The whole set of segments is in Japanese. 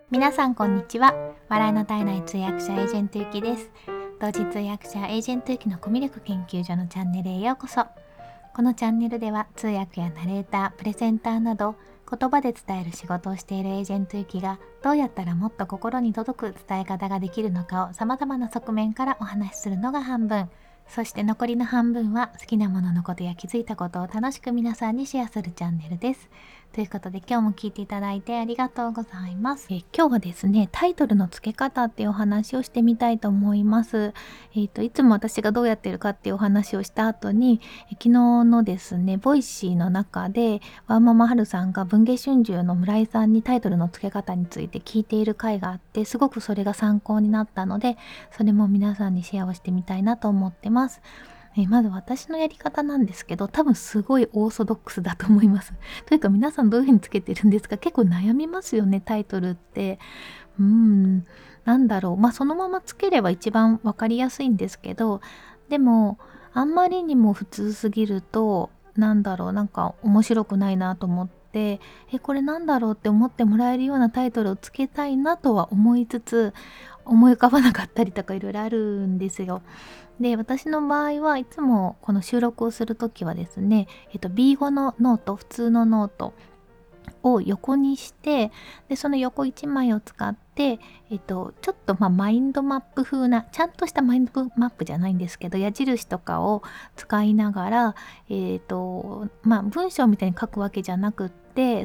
皆さんこんにちは。笑いの絶えない通訳者エージェントゆきです。同時通訳者エージェントゆきのコミュ力研究所のチャンネルへようこそ。このチャンネルでは通訳やナレーター、プレゼンターなど言葉で伝える仕事をしているエージェントゆきがどうやったらもっと心に届く伝え方ができるのかを様々な側面からお話しするのが半分、そして残りの半分は好きなもののことや気づいたことを楽しく皆さんにシェアするチャンネルです。ということで今日も聞いていただいてありがとうございます。今日はですね、タイトルの付け方っていうお話をしてみたいと思います。いつも私がどうやってるかっていうお話をした後に、昨日のですね、ボイシーの中でワーママハルさんが文藝春秋の村井さんにタイトルの付け方について聞いている回があって、すごくそれが参考になったので、それも皆さんにシェアをしてみたいなと思ってます。まず私のやり方なんですけど、多分すごいオーソドックスだと思います。というか皆さんどういうふうにつけてるんですか？結構悩みますよね、タイトルって。なんだろう。そのままつければ一番わかりやすいんですけど、でも、あんまりにも普通すぎると、なんか面白くないなと思って、これなんだろうって思ってもらえるようなタイトルをつけたいなとは思いつつ、思い浮かばなかったりとかいろいろあるんですよ。で、私の場合はいつもこの収録をするときはですね、B5 のノート、普通のノートを横にして、で、その横1枚を使って、ちょっとマインドマップ風な、ちゃんとしたマインドマップじゃないんですけど、矢印とかを使いながら、文章みたいに書くわけじゃなくって、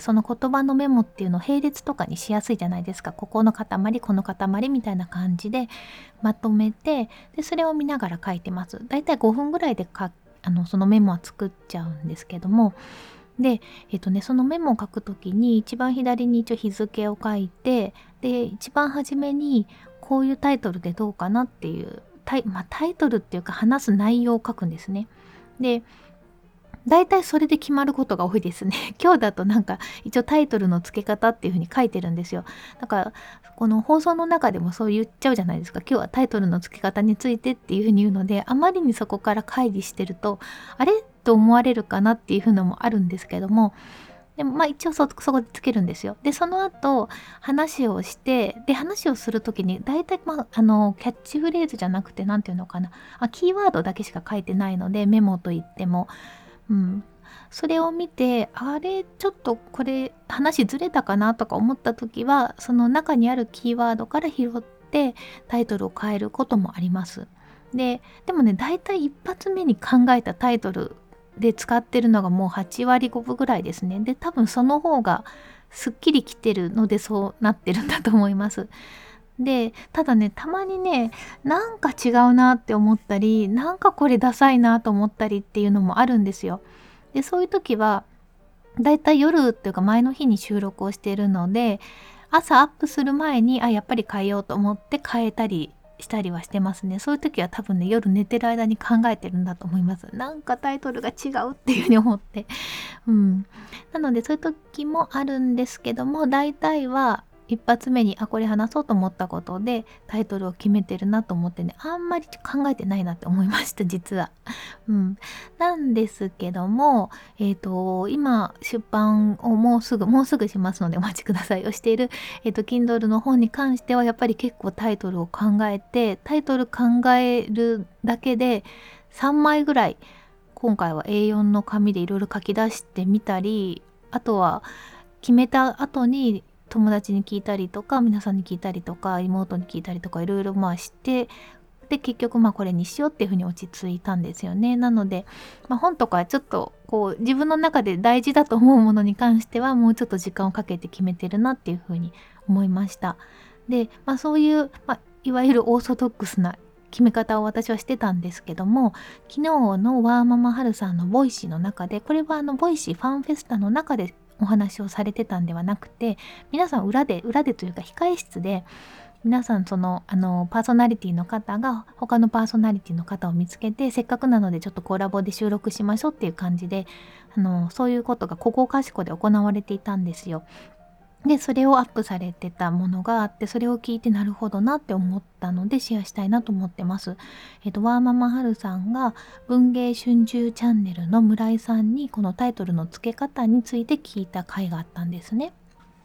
その言葉のメモっていうのを並列とかにしやすいじゃないですか。ここの塊、この塊みたいな感じでまとめて、で、それを見ながら書いてます。だいたい5分ぐらいでそのメモは作っちゃうんですけども、で、そのメモを書くときに一番左に一応日付を書いて、で、一番初めにこういうタイトルでどうかなっていうタイトルっていうか話す内容を書くんですね。で、大体それで決まることが多いですね。今日だとなんか一応タイトルの付け方っていう風に書いてるんですよ。だからこの放送の中でもそう言っちゃうじゃないですか。今日はタイトルの付け方についてっていう風に言うので、あまりにそこから乖離してると、あれと思われるかなっていう風のもあるんですけども、でも一応そこでつけるんですよ。で、その後話をして、で、話をするときに大体キャッチフレーズじゃなくてなんていうのかな。キーワードだけしか書いてないので、メモといっても。それを見て、あれちょっとこれ話ずれたかなとか思った時は、その中にあるキーワードから拾ってタイトルを変えることもあります。でもね、だいたい一発目に考えたタイトルで使ってるのがもう8割5分ぐらいですね。で、多分その方がすっきりきてるのでそうなってるんだと思います。で、ただね、たまにね、なんか違うなって思ったり、なんかこれダサいなと思ったりっていうのもあるんですよ。で、そういう時は、だいたい夜っていうか前の日に収録をしているので、朝アップする前に、やっぱり変えようと思って変えたりしたりはしてますね。そういう時は多分ね、夜寝てる間に考えてるんだと思います。なんかタイトルが違うっていうふうに思って。なのでそういう時もあるんですけども、大体は一発目にこれ話そうと思ったことでタイトルを決めてるなと思ってね、あんまり考えてないなって思いました、実は。なんですけども、今出版をもうすぐしますのでお待ちくださいをしている、Kindle の本に関してはやっぱり結構タイトルを考えて、タイトル考えるだけで3枚ぐらい今回は A4 の紙でいろいろ書き出してみたり、あとは決めた後に友達に聞いたりとか、皆さんに聞いたりとか、妹に聞いたりとかいろいろして、で結局これにしようっていうふうに落ち着いたんですよね。なので、本とかちょっとこう自分の中で大事だと思うものに関してはもうちょっと時間をかけて決めてるなっていうふうに思いました。で、そういう、いわゆるオーソドックスな決め方を私はしてたんですけども、昨日のワーママハルさんのボイシーの中で、これはボイシーファンフェスタの中でお話をされてたんではなくて、皆さん裏でというか控え室で皆さんパーソナリティの方が他のパーソナリティの方を見つけて、せっかくなのでちょっとコラボで収録しましょうっていう感じで、そういうことがここかしこで行われていたんですよ。で、それをアップされてたものがあって、それを聞いてなるほどなって思ったのでシェアしたいなと思ってます。ワーママハルさんが文芸春秋チャンネルの村井さんにこのタイトルの付け方について聞いた回があったんですね。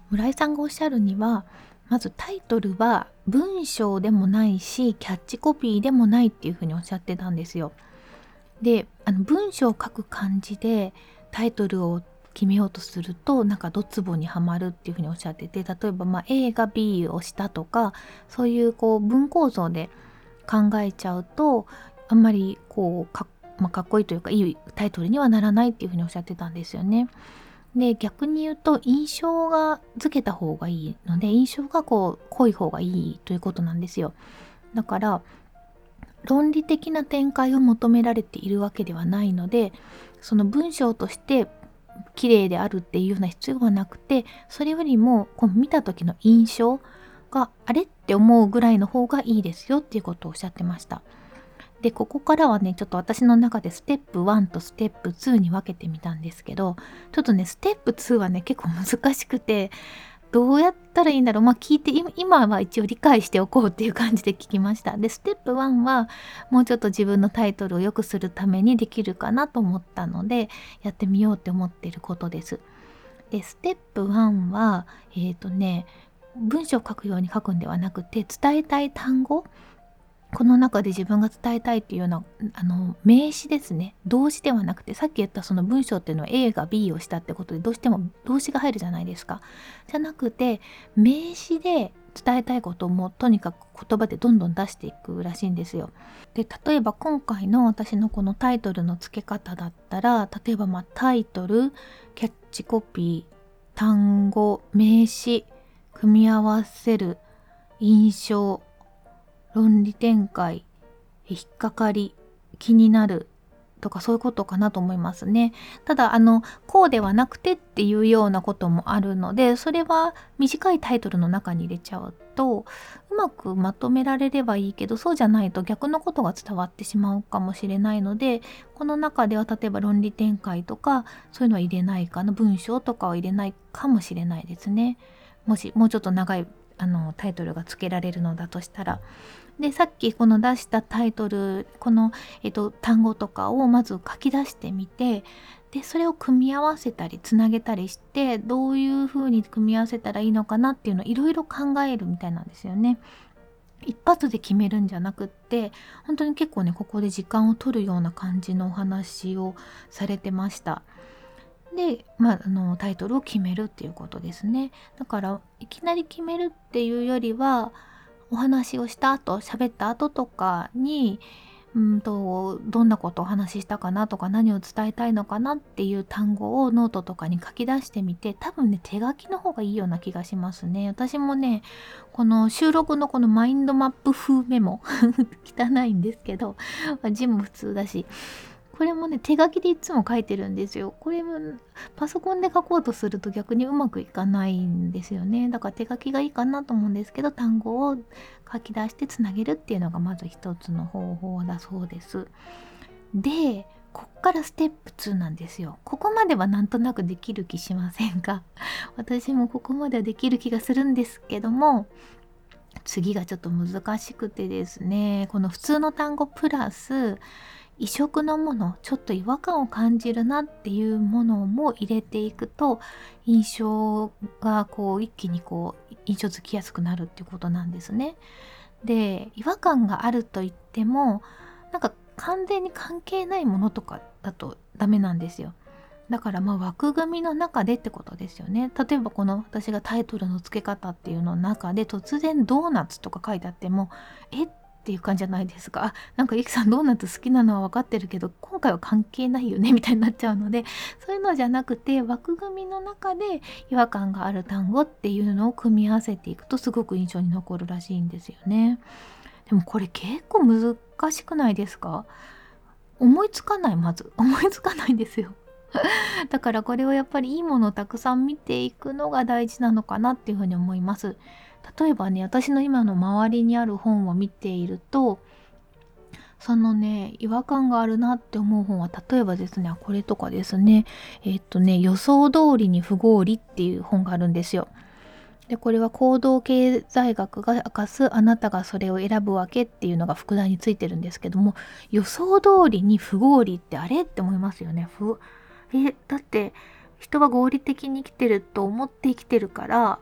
村井さんがおっしゃるには、まずタイトルは文章でもないしキャッチコピーでもないっていうふうにおっしゃってたんですよ。で、文章を書く感じでタイトルを決めようとするとなんかドツボにはまるっていうふうにおっしゃってて、例えばA が B をしたとか、そういう文構造で考えちゃうとあんまりかっこいいというかいいタイトルにはならないっていうふうにおっしゃってたんですよね。で、逆に言うと印象がつけた方がいいので、印象が濃い方がいいということなんですよ。だから論理的な展開を求められているわけではないので、その文章として綺麗であるっていうような必要はなくて、それよりも見た時の印象があれって思うぐらいの方がいいですよっていうことをおっしゃってました。で、ここからはね、ちょっと私の中でステップ1とステップ2に分けてみたんですけど、ちょっとね、ステップ2はね、結構難しくて、どうやったらいいんだろう。聞いて、今は一応理解しておこうっていう感じで聞きました。で、ステップ1は、もうちょっと自分のタイトルを良くするためにできるかなと思ったので、やってみようって思っていることです。で、ステップ1は、文章を書くように書くんではなくて、伝えたい単語、この中で自分が伝えたいっていうような名詞ですね。動詞ではなくて、さっき言ったその文章っていうのは A が B をしたってことでどうしても動詞が入るじゃないですか。じゃなくて名詞で伝えたいこともとにかく言葉でどんどん出していくらしいんですよ。で、例えば今回の私のこのタイトルの付け方だったら、例えばタイトル、キャッチコピー、単語、名詞、組み合わせる、印象、論理展開、引っかかり、気になるとかそういうことかなと思いますね。ただこうではなくてっていうようなこともあるので、それは短いタイトルの中に入れちゃうとうまくまとめられればいいけど、そうじゃないと逆のことが伝わってしまうかもしれないので、この中では例えば論理展開とかそういうのは入れないかな、文章とかは入れないかもしれないですね。もしもうちょっと長いタイトルが付けられるのだとしたら。で、さっきこの出したタイトル、この、単語とかをまず書き出してみて、でそれを組み合わせたりつなげたりして、どういう風に組み合わせたらいいのかなっていうのをいろいろ考えるみたいなんですよね。一発で決めるんじゃなくって、本当に結構ね、ここで時間を取るような感じのお話をされてました。で、タイトルを決めるっていうことですね。だからいきなり決めるっていうよりは、お話をした後、喋った後とかにどんなことをお話ししたかなとか、何を伝えたいのかなっていう単語をノートとかに書き出してみて、多分ね、手書きの方がいいような気がしますね。私もね、この収録のこのマインドマップ風メモ汚いんですけど、字も普通だし、これもね、手書きでいつも書いてるんですよ。これもパソコンで書こうとすると逆にうまくいかないんですよね。だから手書きがいいかなと思うんですけど、単語を書き出してつなげるっていうのがまず一つの方法だそうです。で、こっからステップ2なんですよ。ここまではなんとなくできる気しませんか？私もここまではできる気がするんですけども、次がちょっと難しくてですね、この普通の単語プラス異色のもの、ちょっと違和感を感じるなっていうものも入れていくと、印象が一気に印象づきやすくなるっていうことなんですね。で、違和感があると言っても、なんか完全に関係ないものとかだとダメなんですよ。だから枠組みの中でってことですよね。例えばこの私がタイトルの付け方っていうの中で突然ドーナツとか書いてあっても、っていう感じじゃないですか。なんかゆきさんドーナツ好きなのは分かってるけど今回は関係ないよねみたいになっちゃうので、そういうのじゃなくて枠組みの中で違和感がある単語っていうのを組み合わせていくとすごく印象に残るらしいんですよね。でもこれ結構難しくないですか？思いつかない、まず思いつかないんですよ。だからこれをやっぱりいいものをたくさん見ていくのが大事なのかなっていうふうに思います。例えばね、私の今の周りにある本を見ていると、そのね、違和感があるなって思う本は、例えばですね、これとかですね、予想通りに不合理っていう本があるんですよ。で、これは行動経済学が明かすあなたがそれを選ぶわけっていうのが副題についてるんですけども、予想通りに不合理ってあれって思いますよね。だって人は合理的に生きてると思って生きてるから、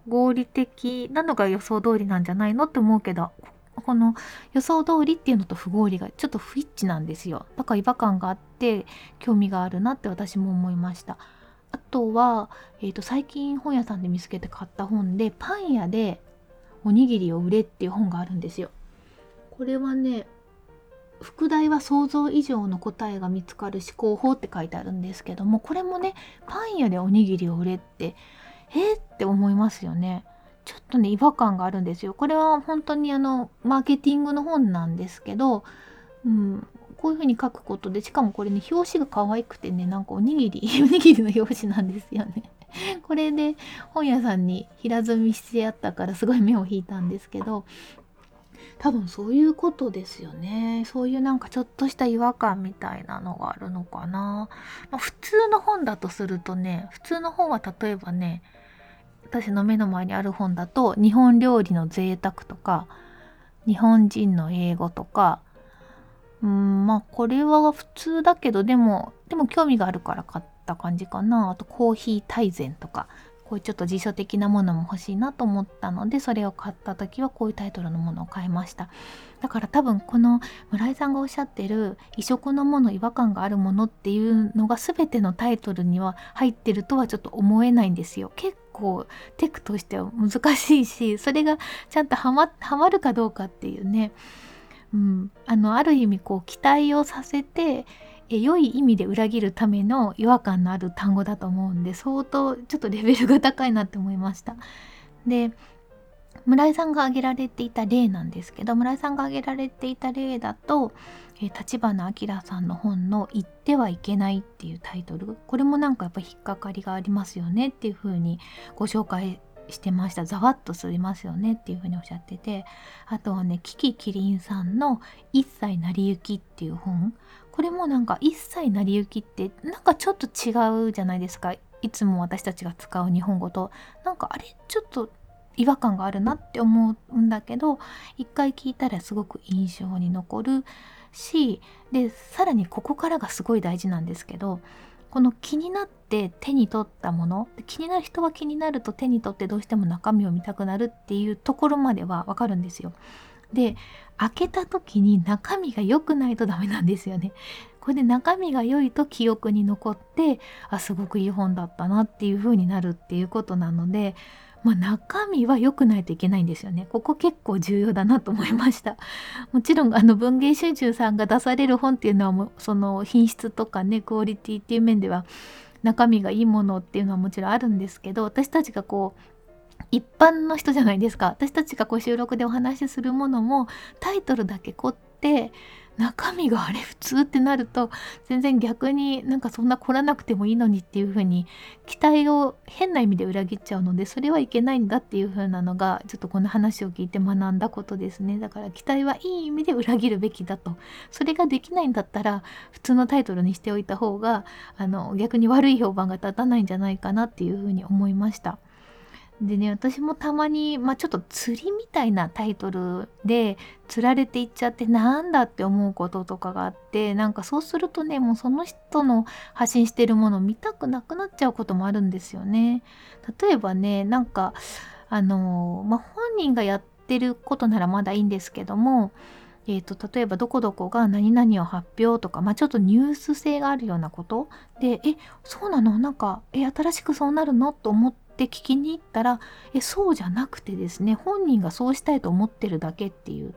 合理的なのが予想通りなんじゃないのって思うけど、この予想通りっていうのと不合理がちょっと不一致なんですよ。だから違和感があって興味があるなって私も思いました。あとは、最近本屋さんで見つけて買った本で、パン屋でおにぎりを売れっていう本があるんですよ。これはね、副題は想像以上の答えが見つかる思考法って書いてあるんですけども、これもね、パン屋でおにぎりを売れってって思いますよね。ちょっとね違和感があるんですよ。これは本当にマーケティングの本なんですけど、こういう風に書くことで、しかもこれね表紙が可愛くてね、なんかおにぎりおにぎりの表紙なんですよね。これで本屋さんに平積みしてあったからすごい目を引いたんですけど、多分そういうことですよね。そういうなんかちょっとした違和感みたいなのがあるのかな。普通の本だとするとね、普通の本は例えばね、私の目の前にある本だと日本料理の贅沢とか日本人の英語とか、これは普通だけどでも興味があるから買った感じかな。あとコーヒー大全とか、こういうちょっと辞書的なものも欲しいなと思ったので、それを買った時はこういうタイトルのものを買いました。だから多分この村井さんがおっしゃってる異色のもの、違和感があるものっていうのが全てのタイトルには入ってるとはちょっと思えないんですよ。結構テクとしては難しいし、それがちゃんとハマるかどうかっていうね、ある意味こう期待をさせて良い意味で裏切るための違和感のある単語だと思うんで、相当ちょっとレベルが高いなって思いました。で、村井さんが挙げられていた例なんですけど、村井さんが挙げられていた例だと、立花明さんの本の「言ってはいけない」っていうタイトル、これもなんかやっぱ引っかかりがありますよねっていう風にご紹介してました。ざわっとすりますよねっていう風におっしゃってて、あとはね、キキキリンさんの「一切成り行き」っていう本、これもなんか一切成り行きってなんかちょっと違うじゃないですか。いつも私たちが使う日本語となんかあれちょっと違和感があるなって思うんだけど、一回聞いたらすごく印象に残るし、でさらにここからがすごい大事なんですけど、この気になって手に取ったもの、気になる人は気になると手に取ってどうしても中身を見たくなるっていうところまではわかるんですよ。で、開けた時に中身が良くないとダメなんですよね。これで中身が良いと記憶に残って、すごくいい本だったなっていう風になるっていうことなので、中身は良くないといけないんですよね。ここ結構重要だなと思いました。もちろん文芸春秋さんが出される本っていうのはもうその品質とかね、クオリティっていう面では中身がいいものっていうのはもちろんあるんですけど、私たちがこう一般の人じゃないですか。私たちがこう収録でお話しするものもタイトルだけ凝って中身があれ普通ってなると、全然逆になんかそんな凝らなくてもいいのにっていう風に期待を変な意味で裏切っちゃうので、それはいけないんだっていう風なのがちょっとこの話を聞いて学んだことですね。だから期待はいい意味で裏切るべきだと。それができないんだったら普通のタイトルにしておいた方が逆に悪い評判が立たないんじゃないかなっていう風に思いました。でね、私もたまに、ちょっと釣りみたいなタイトルで釣られていっちゃってなんだって思うこととかがあって、なんかそうするとね、もうその人の発信してるものを見たくなくなっちゃうこともあるんですよね。例えばね、なんか本人がやってることならまだいいんですけども、例えばどこどこが何々を発表とか、ちょっとニュース性があるようなことで、そうなの、なんか新しくそうなるのと思って聞きに行ったら、そうじゃなくてですね、本人がそうしたいと思ってるだけっていう、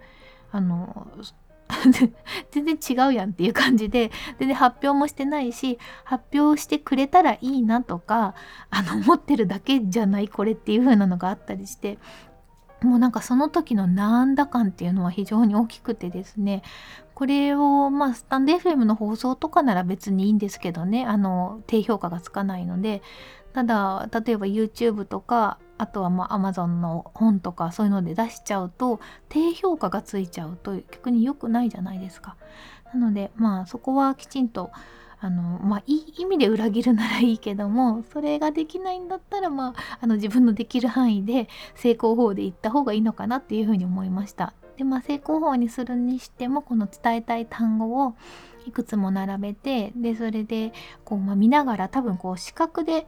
全然違うやんっていう感じで、全然発表もしてないし、発表してくれたらいいなとか思ってるだけじゃないこれっていう風なのがあったりして、もうなんかその時のなんだ感っていうのは非常に大きくてですね、これをスタンド FM の放送とかなら別にいいんですけどね、低評価がつかないので、ただ例えば YouTube とか、あとはAmazon の本とかそういうので出しちゃうと低評価がついちゃうと逆に良くないじゃないですか。なのでそこはきちんといい意味で裏切るならいいけども、それができないんだったら自分のできる範囲で成功法で言った方がいいのかなっていうふうに思いました。で成功法にするにしても、この伝えたい単語をいくつも並べて、でそれでこう、見ながら多分こう視覚で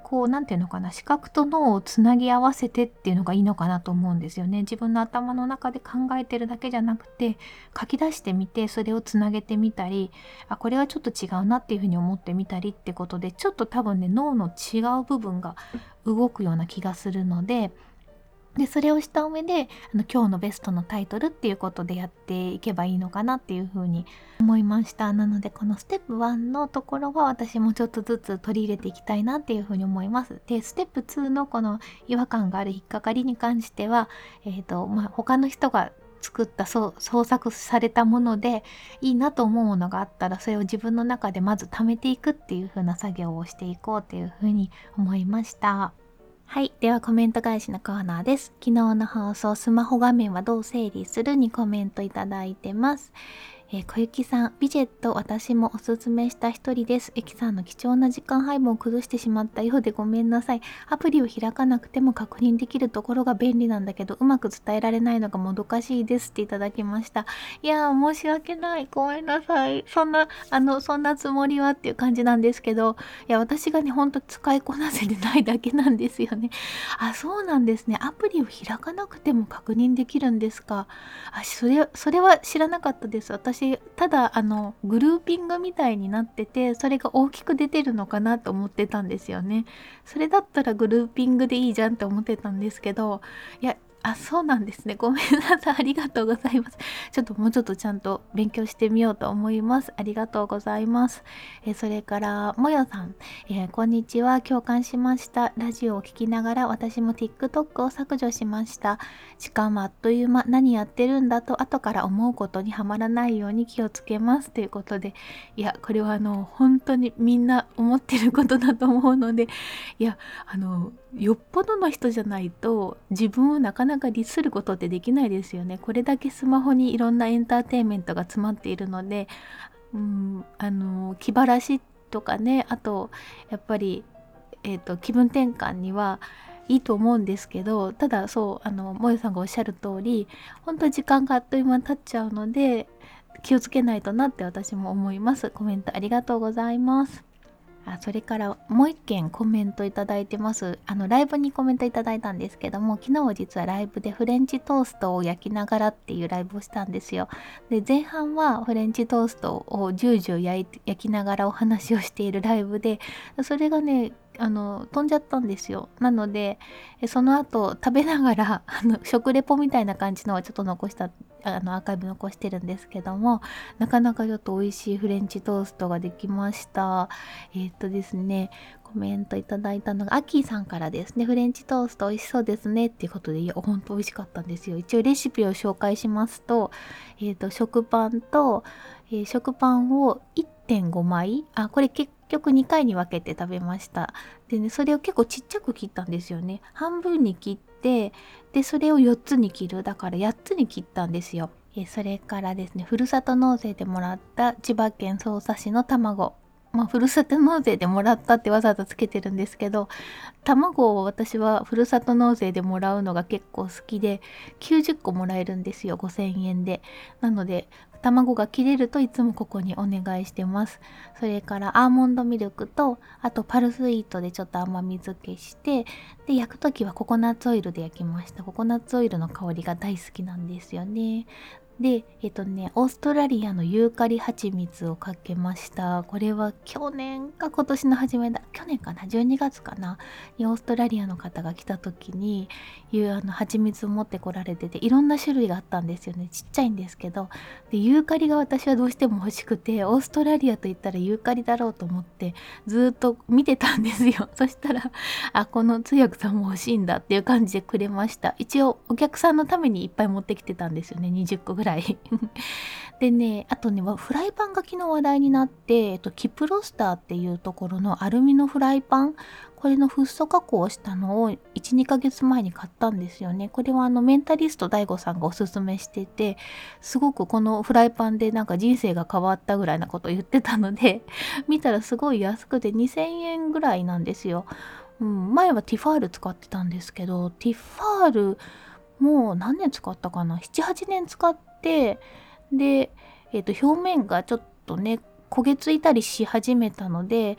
こうなんていうのかな、視覚と脳をつなぎ合わせてっていうのがいいのかなと思うんですよね。自分の頭の中で考えてるだけじゃなくて、書き出してみてそれをつなげてみたり、これはちょっと違うなっていうふうに思ってみたりってことで、ちょっと多分ね、脳の違う部分が動くような気がするので、それをした上で今日のベストのタイトルっていうことでやっていけばいいのかなっていうふうに思いました。なのでこのステップ1のところは私もちょっとずつ取り入れていきたいなっていうふうに思います。でステップ2のこの違和感がある引っかかりに関しては、他の人が作った創作されたものでいいなと思うものがあったら、それを自分の中でまず貯めていくっていう風な作業をしていこうっていう風に思いました。はい。ではコメント返しのコーナーです。昨日の放送、スマホ画面はどう整理するにコメントいただいてます。小雪さん、ビジェット私もおすすめした一人です。エキさんの貴重な時間配分を崩してしまったようでごめんなさい。アプリを開かなくても確認できるところが便利なんだけど、うまく伝えられないのがもどかしいですっていただきました。いやー、申し訳ない。ごめんなさい。そんなつもりはっていう感じなんですけど、いや、私がね、ほんと使いこなせてないだけなんですよね。そうなんですね。アプリを開かなくても確認できるんですか。それは知らなかったです。私ただグルーピングみたいになってて、それが大きく出てるのかなと思ってたんですよね。それだったらグルーピングでいいじゃんって思ってたんですけど、いや、そうなんですね。ごめんなさい。ありがとうございます。もうちょっとちゃんと勉強してみようと思います。ありがとうございます。それからもよさん、こんにちは。共感しました。ラジオを聞きながら私も TikTok を削除しました。時間はあっという間、何やってるんだと後から思うことにはまらないように気をつけますということで、いや、これは本当にみんな思ってることだと思うので、いや、よっぽどの人じゃないと自分をなかなか律することってできないですよね。これだけスマホにいろんなエンターテインメントが詰まっているので、気晴らしとかね、あとやっぱり、気分転換にはいいと思うんですけど、ただもえさんがおっしゃる通り、本当に時間があっという間に経っちゃうので気をつけないとなって私も思います。コメントありがとうございます。それからもう一件コメントいただいてます。ライブにコメントいただいたんですけども、昨日実はライブでフレンチトーストを焼きながらっていうライブをしたんですよ。で、前半はフレンチトーストをジュージュー焼きながらお話をしているライブで、それがね、飛んじゃったんですよ。なのでその後食べながら食レポみたいな感じのはちょっと残したアーカイブ残してるんですけども、なかなかちょっと美味しいフレンチトーストができました。ですね、コメントいただいたのがアッキーさんからですね。フレンチトースト美味しそうですねっていうことで、いやほんと美味しかったんですよ。一応レシピを紹介しますと、食パンと、食パンを 1.5 枚、これ結局2回に分けて食べました。でね、それを結構ちっちゃく切ったんですよね。半分に切って、でそれを4つに切る、だから8つに切ったんですよ。それからですね、ふるさと納税でもらった千葉県匝瑳市の卵、ふるさと納税でもらったってわざわざつけてるんですけど、卵を私はふるさと納税でもらうのが結構好きで、90個もらえるんですよ、5000円で。なので卵が切れるといつもここにお願いしてます。それからアーモンドミルクと、あとパルスイートでちょっと甘み付けして、で焼くときはココナッツオイルで焼きました。ココナッツオイルの香りが大好きなんですよね。で、オーストラリアのユーカリ蜂蜜をかけました。これは去年か今年の初めだ。去年かな ?12 月かなにオーストラリアの方が来た時に、蜂蜜を持ってこられてて、いろんな種類があったんですよね。ちっちゃいんですけど。で、ユーカリが私はどうしても欲しくて、オーストラリアと言ったらユーカリだろうと思って、ずっと見てたんですよ。そしたら、この通訳さんも欲しいんだっていう感じでくれました。一応、お客さんのためにいっぱい持ってきてたんですよね。20個ぐらい。でね、あとね、フライパンが昨日話題になって、キプロスターっていうところのアルミのフライパン、これのフッ素加工をしたのを1、2ヶ月前に買ったんですよね。これはメンタリスト DAIGO さんがおすすめしてて、すごくこのフライパンでなんか人生が変わったぐらいなことを言ってたので、見たらすごい安くて2000円ぐらいなんですよ。前はティファール使ってたんですけど、ティファールもう何年使ったかな ?7、8年使って、で、表面がちょっとね、焦げついたりし始めたので、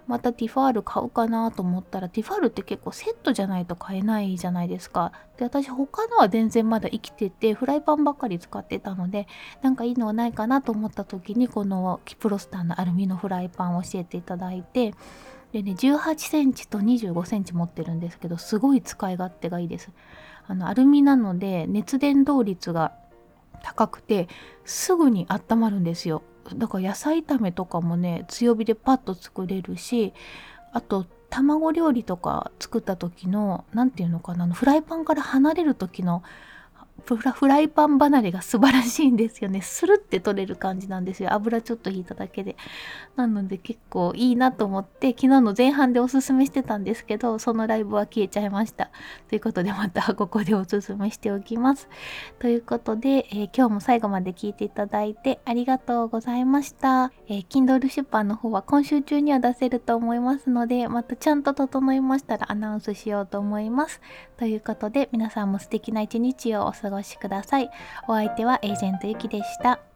またティファール買うかなと思ったら、ティファールって結構セットじゃないと買えないじゃないですか。で、私他のは全然まだ生きてて、フライパンばっかり使ってたので、なんかいいのはないかなと思った時に、このキプロスターのアルミのフライパンを教えていただいて、でね、18センチと25センチ持ってるんですけど、すごい使い勝手がいいです。アルミなので熱伝導率が高くてすぐに温まるんですよ。だから野菜炒めとかもね、強火でパッと作れるし、あと卵料理とか作った時の何て言うのかな、フライパンから離れる時のフライパン離れが素晴らしいんですよね。スルって取れる感じなんですよ。油ちょっと引いただけで。なので結構いいなと思って昨日の前半でおすすめしてたんですけど、そのライブは消えちゃいました。ということでまたここでおすすめしておきます。ということで、今日も最後まで聞いていただいてありがとうございました。Kindle 出版の方は今週中には出せると思いますので、またちゃんと整いましたらアナウンスしようと思います。ということで皆さんも素敵な一日をお過ごしください。お相手はエージェントゆきでした。